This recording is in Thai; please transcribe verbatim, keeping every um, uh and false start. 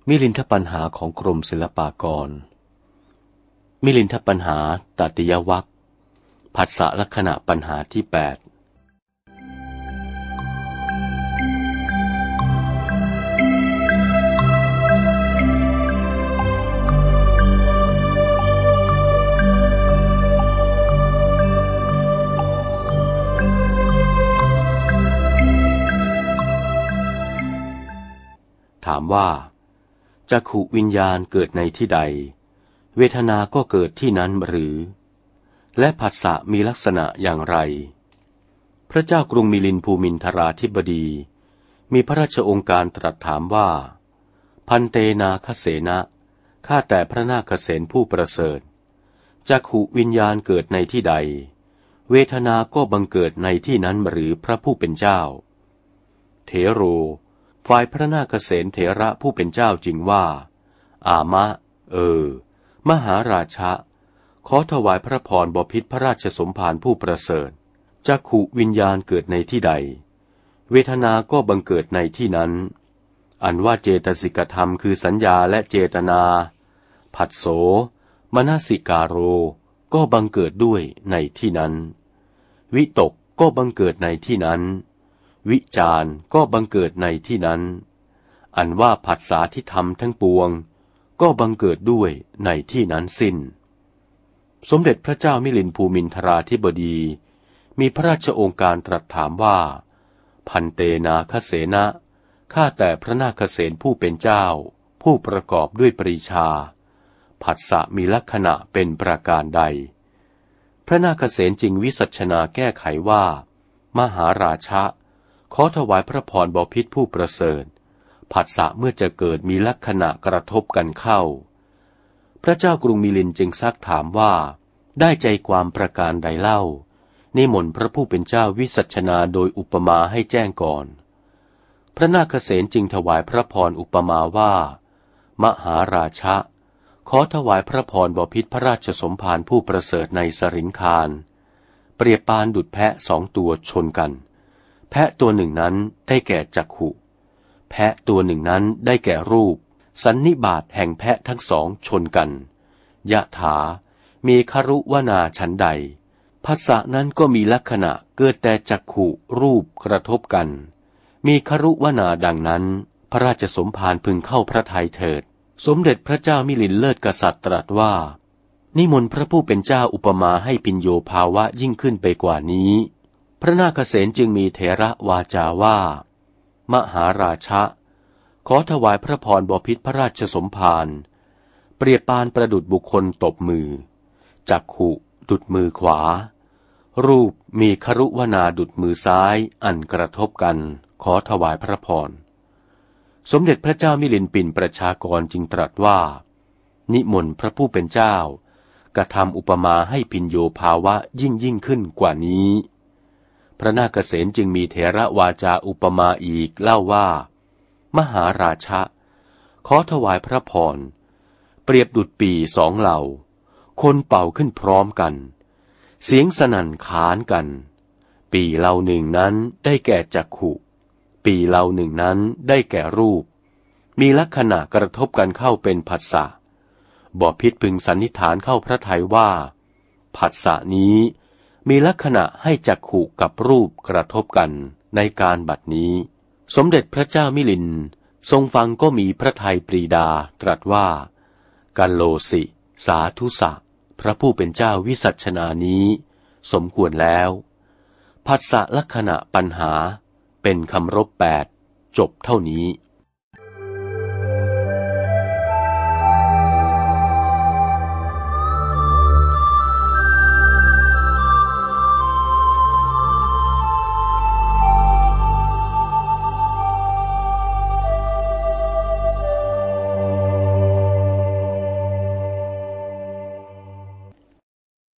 มิลินทปัญหาของกรมศิลปากรมิลินทปัญหาตติยวรรคผัสสะลักษณะปัญหาที่แปดถามว่าจักขุวิญญาณเกิดในที่ใดเวทนาก็เกิดที่นั้นหรือและผัสสะมีลักษณะอย่างไรพระเจ้ากรุงมิลินภูมินทราธิบดีมีพระราชโองการตรัสถามว่าพันเตนาคเสนะข้าแต่พระนาคเสนผู้ประเสริฐจักขุวิญญาณเกิดในที่ใดเวทนาก็บังเกิดในที่นั้นหรือพระผู้เป็นเจ้าเถโรฝ่ายพระนาคเสนเถระผู้เป็นเจ้าจริงว่าอามะเออมหาราชะขอถวายพระพรบพิตรพระราชสมภารผู้ประเสริฐจักขุวิญญาณเกิดในที่ใดเวทนาก็บังเกิดในที่นั้นอันว่าเจตสิกธรรมคือสัญญาและเจตนาผัสโสมนสิการโรก็บังเกิดด้วยในที่นั้นวิตกก็บังเกิดในที่นั้นวิจารก็บังเกิดในที่นั้นอันว่าผัสสะที่ทำทั้งปวงก็บังเกิดด้วยในที่นั้นสิ้นสมเด็จพระเจ้ามิลินภูมินทราธิบดีมีพระราชโองการตรัสถามว่าพันเตนาคเสนะข้าแต่พระนาคเสนผู้เป็นเจ้าผู้ประกอบด้วยปรีชาผัสสะมีลักษณะเป็นประการใดพระนาคเสนจึงวิสัชนาแก้ไขว่ามหาราชะขอถวายพระพรบพิตรผู้ประเสริฐผัสสะเมื่อจะเกิดมีลักษณะกระทบกันเข้าพระเจ้ากรุงมิลินจึงซักถามว่าได้ใจความประการใดเล่านิมนต์พระผู้เป็นเจ้าวิสัชนาโดยอุปมาให้แจ้งก่อนพระนาคเสนจึงถวายพระพรอุปมาว่ามหาราชะขอถวายพระพรบพิตรพระราชสมภารผู้ประเสริฐในสริงคารเปรียบปานดุจแพะสองตัวชนกันแพะตัวหนึ่งนั้นได้แก่จักขุแพะตัวหนึ่งนั้นได้แก่รูปสันนิบาตแห่งแพะทั้งสองชนกันยะถามีครุวนาฉันใดผัสสะนั้นก็มีลักษณะเกิดแต่จักขุรูปกระทบกันมีครุวนาดังนั้นพระราชสมภารพึงเข้าพระทัยเถิดสมเด็จพระเจ้ามิลินเลิศกษัตริย์ตรัสว่านิมนต์พระผู้เป็นเจ้าอุปมาให้พิญโยภาวะยิ่งขึ้นไปกว่านี้พระนาคเสนจึงมีเถระวาจาว่ามหาราชะขอถวายพระพรบพิตรพระราชสมภารเปรียบปานประดุจบุคคลตบมือจักขุดุจมือขวารูปมีครุวนาดุจมือซ้ายอันกระทบกันขอถวายพระพรสมเด็จพระเจ้ามิลินปินประชากรจึงตรัสว่านิมนต์พระผู้เป็นเจ้ากระทำอุปมาให้พิญโยภาวะยิ่งยิ่งขึ้นกว่านี้พระนาคเสนจึงมีเถระวาจาอุปมาอีกเล่าว่ามหาราชะขอถวายพระพรเปรียบดุจปี่สองเหล่าคนเป่าขึ้นพร้อมกันเสียงสนั่นขานกันปี่เหล่าหนึ่งนั้นได้แก่จักขุปี่เหล่าหนึ่งนั้นได้แก่รูปมีลักษณะกระทบกันเข้าเป็นผัสสะบพิตรพึงสันนิษฐานเข้าพระทัยว่าผัสสะนี้มีลักษณะให้จักขุกับรูปกระทบกันในการบัดนี้สมเด็จพระเจ้ามิลินทรงฟังก็มีพระทัยปรีดาตรัสว่ากัลโลสิสาธุสะพระผู้เป็นเจ้าวิสัชนานี้สมควรแล้วผัสสะลักษณะปัญหาเป็นคำรบแปดจบเท่านี้